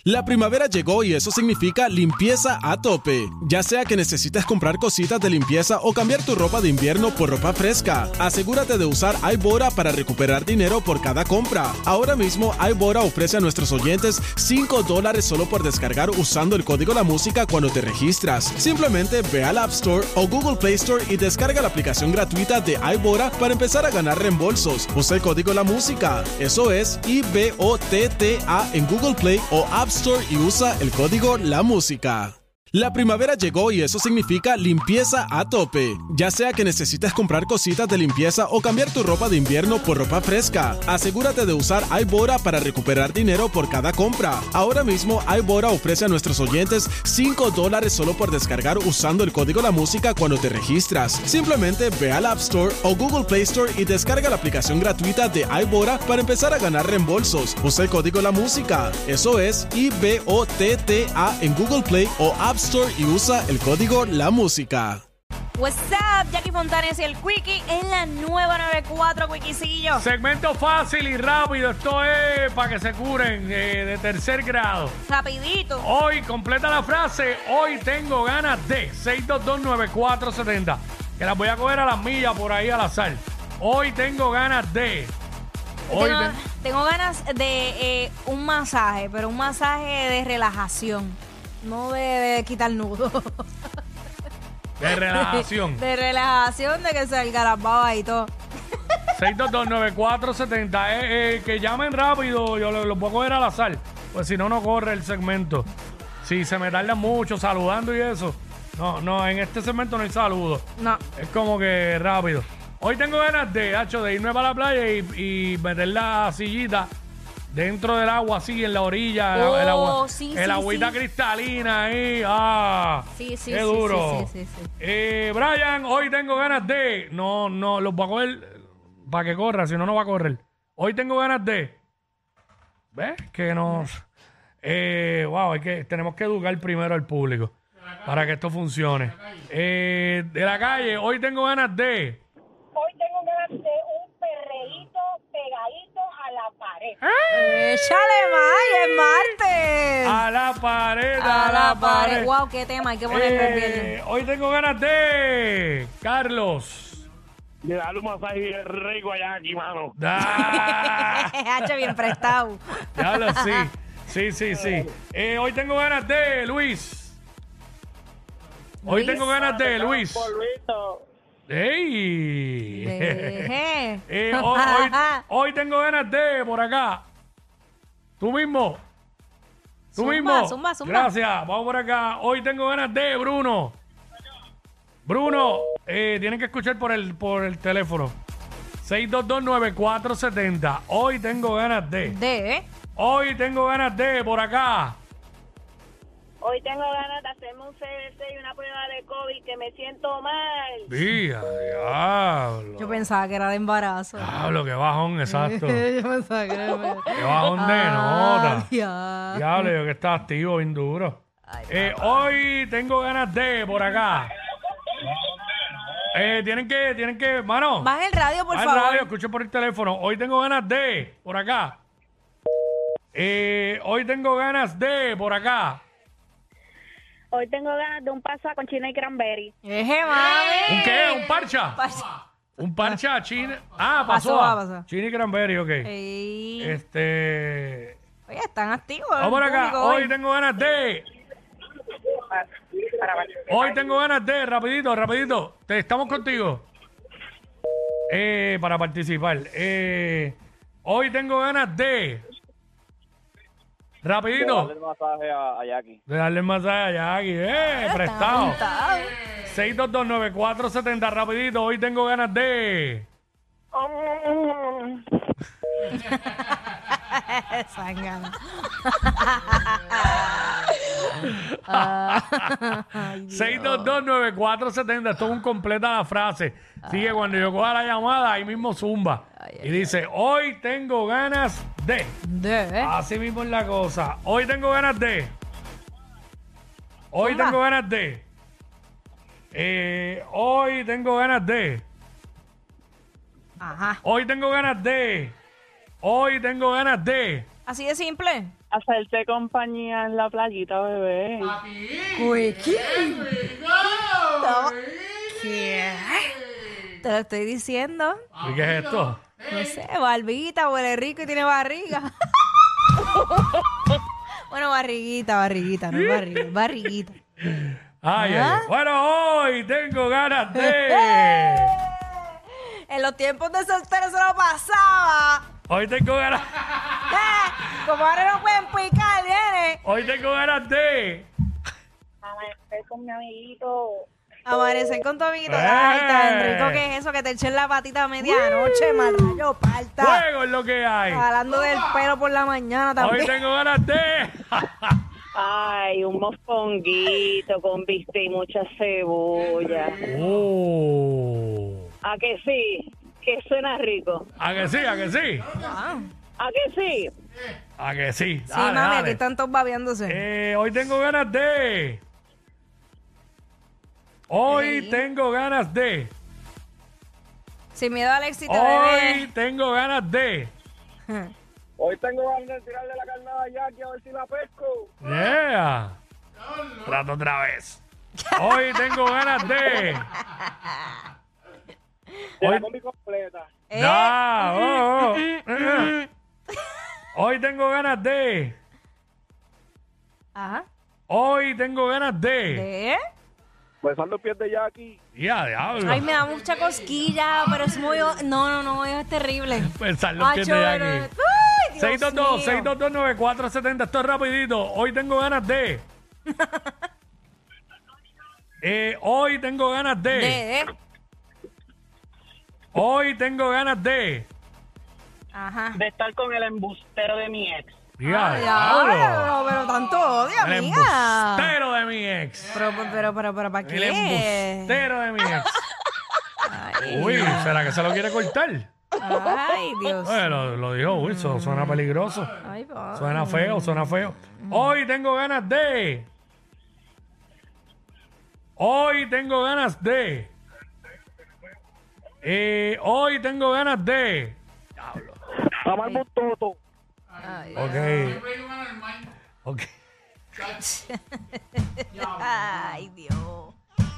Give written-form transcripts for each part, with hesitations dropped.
La primavera llegó y eso significa limpieza a tope. Ya sea que necesites comprar cositas de limpieza o cambiar tu ropa de invierno por ropa fresca, asegúrate de usar iBora para recuperar dinero por cada compra. Ahora mismo iBora ofrece a nuestros oyentes $5 solo por descargar usando el código La Música cuando te registras. Simplemente ve al App Store o Google Play Store y descarga la aplicación gratuita de iBora para empezar a ganar reembolsos. Usa el código La Música. Eso es IBOTTA en Google Play o App Store y usa el código La Música. La primavera llegó y eso significa limpieza a tope. Ya sea que necesites comprar cositas de limpieza o cambiar tu ropa de invierno por ropa fresca, asegúrate de usar iBora para recuperar dinero por cada compra. Ahora mismo iBora ofrece a nuestros oyentes $5 solo por descargar usando el código La Música cuando te registras. Simplemente ve al App Store o Google Play Store y descarga la aplicación gratuita de iBora para empezar a ganar reembolsos. Usa el código La Música. Eso es IBOTTA en Google Play o App Store y usa el código La Música. What's up, Jackie Fontanes y el Quickie en la nueva 94, Quickiecillo. Segmento fácil y rápido. Esto es para que se curen de tercer grado. Rapidito. Hoy, completa la frase. Hoy tengo ganas de 6229470. Que las voy a coger a las millas por ahí al azar. Hoy tengo ganas de... Tengo ganas de un masaje, pero un masaje de relajación. No de quitar nudo. De relajación. De relajación, de que salga las babas y todo. 6229470. Que llamen rápido. Yo los voy a coger al azar. Pues si no, no corre el segmento. Si se me tarda mucho saludando y eso. No, en este segmento no hay saludo. No. Es como que rápido. Hoy tengo ganas de irme para la playa y meter la sillita dentro del agua, así, en la orilla, el agua, agüita cristalina ahí. Sí, qué duro. Sí. Brian, hoy tengo ganas de... No, los voy a coger para que corra, si no, no va a correr. Hoy tengo ganas de... ¿Ves? Que nos... tenemos que educar primero al público para que esto funcione. De la calle, hoy tengo ganas de... Hoy tengo ganas de un perreíto pegadito a la pared. ¡Échale más! ¡Es martes! A la pared, A la pared. Wow, qué tema, hay que ponerlo el viernes. Hoy tengo ganas de... Carlos. De darle un masaje rico allá aquí, mano. Hacho bien prestado. Diablo, sí. Hoy tengo ganas de Luis. Hoy tengo ganas de Luis. Polvito. ¡Ey! Deje. Hoy tengo ganas de por acá. Tú mismo. Zumba. Gracias. Vamos por acá. Hoy tengo ganas de Bruno. Bruno, tienen que escuchar por el teléfono. 6229470. Hoy tengo ganas de. Hoy tengo ganas de por acá. Hoy tengo ganas de hacerme un CBC y una prueba de COVID que me siento mal. Diablo. Yo pensaba que era de embarazo. Diablo, qué bajón, exacto. Yo pensaba que era de Qué bajón de nota. ya. Diablo, yo que estaba activo, bien duro. Hoy tengo ganas de por acá. Tienen que, mano. Baja el radio, por baja favor. el radio, escuchen por el teléfono. Hoy tengo ganas de por acá. Hoy tengo ganas de por acá. Hoy tengo ganas de un pasa con china y cranberry. Eje, mami. ¿Un qué? ¿Un parcha? Un parcha china. Pasó. China y cranberry, ok. Ey. Oye, Oye, están activos. vamos por acá. público Hoy tengo ganas de... Hoy tengo ganas de... Rapidito. Estamos contigo. Para participar. Hoy tengo ganas de... Rapidito. Darle el masaje a Jackie. De darle el masaje a Jackie. Prestado. apuntados. 6229470. Rapidito. Hoy tengo ganas de... Zángano. 6229470. Esto es un completa la frase. Así que cuando yo coja la llamada, ahí mismo zumba. Y dice, hoy tengo ganas de... Así mismo es la cosa. Hoy tengo ganas de... Hoy Zumba. tengo ganas de... Hoy tengo ganas de... Ajá. Hoy tengo ganas de... Hoy tengo ganas de... Así de simple. Hacerte compañía en la playita, bebé. Quickie. ¿Qué? Te lo estoy diciendo. ¿Y qué es esto? No sé, barbita, huele rico y tiene barriga. Bueno, barriguita, no es barriga, es barriguita. Ay, ay. Bueno, hoy tengo ganas de... En los tiempos de soltero se lo pasaba. Hoy tengo ganas... Como ahora no pueden picar, nene. Hoy tengo ganas de... Amanecer con mi amiguito. Amanecer con tu amiguito. Ay, tan rico que es eso, que te echen la patita a medianoche, mal rayo parta. Fuego es lo que hay. Jalando del pelo por la mañana también. Hoy tengo ganas de... Ay, un mofonguito con bistec y mucha cebolla. ¿A que sí? Que suena rico. ¿A que sí? ¿A que sí? ¿A que sí? ¿A que sí? Sí, Dale, mami, dale. aquí están todos babeándose. Hoy tengo ganas de... Hoy tengo ganas de... Sin miedo al éxito, Hoy bebé. tengo ganas de... Hoy tengo ganas de tirarle la carnada a Jackie a ver si la pesco. Yeah. Trato otra vez. Hoy tengo ganas de... De Hoy- la combi completa. Ya, Hoy tengo ganas de... Ajá. Hoy tengo ganas de... ¿De? Besar los pies de Jackie. Ya, diablo. Ay, me da mucha cosquilla, pero es muy... No, es terrible. Pensar los pies de Acho, Jackie. Ay, Dios 622, mío. 622-9470. Esto es rapidito. Hoy tengo ganas de... Hoy tengo ganas de... De. Hoy tengo ganas de... Ajá. De estar con el embustero de mi ex. Ya, Ay, diablo. pero tanto odio, El amiga. embustero de mi ex. Pero, ¿para El qué? embustero de mi ex. Ay, Uy, ¿será que se lo quiere cortar? ay, Dios. Bueno, lo dijo Wilson, suena peligroso. Ay, pa. Suena feo. Hoy tengo ganas de... Hoy tengo ganas de... Hoy tengo ganas de... Diablo. Amarme un toto. Ay, Ok. ay, Dios.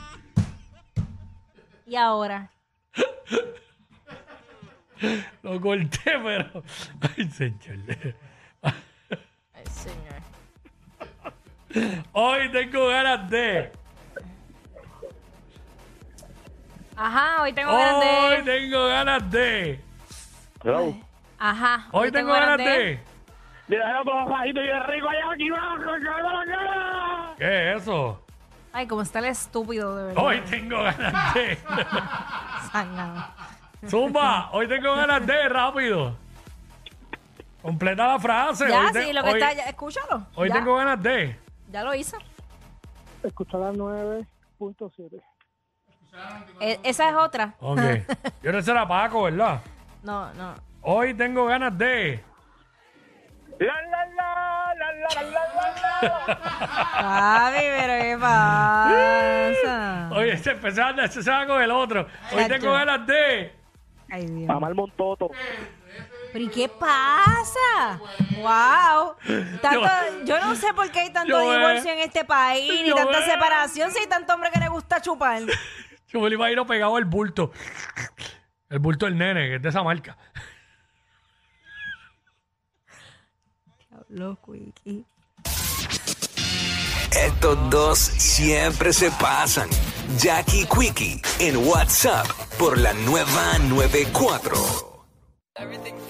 Y ahora. Lo corté, pero... Ay, señor. Ay, señor. Hoy tengo ganas de... Ajá, hoy tengo ganas de. Hoy tengo ganas de... Hello. Ajá. Hoy tengo ganas de... Mira, los bajitos y de rico a Jackie. ¡Vamos, la cara! ¿Qué es eso? Ay, como está el estúpido, de verdad. Hoy tengo ganas de... Sangado. Zumba, hoy tengo ganas de... Rápido. Completa la frase. Ya, Hoy sí, lo que hoy- está. Escúchalo. Hoy Ya, tengo ganas de... ya lo hice. Escucha las 9.7. Esa es otra. Ok. Yo no era Paco, ¿verdad? No. Hoy tengo ganas de... La, la, la, la, la, la, la, la. Papi, pero ¿qué pasa? Oye, se va con el otro. Hoy Chacho. tengo ganas de... Ay, Dios. Amarme un toto. ¿Pero y qué pasa? ¡Wow! Yo no sé por qué hay tanto Yo, divorcio en este país, ni yo, tanta separación, si hay tanto hombre que le gusta chupar. Yo me lo imagino pegado al bulto. El bulto del nene, que es de esa marca. Loco, Iki. Estos dos siempre se pasan. Jackie y Quickie en WhatsApp por la nueva 94.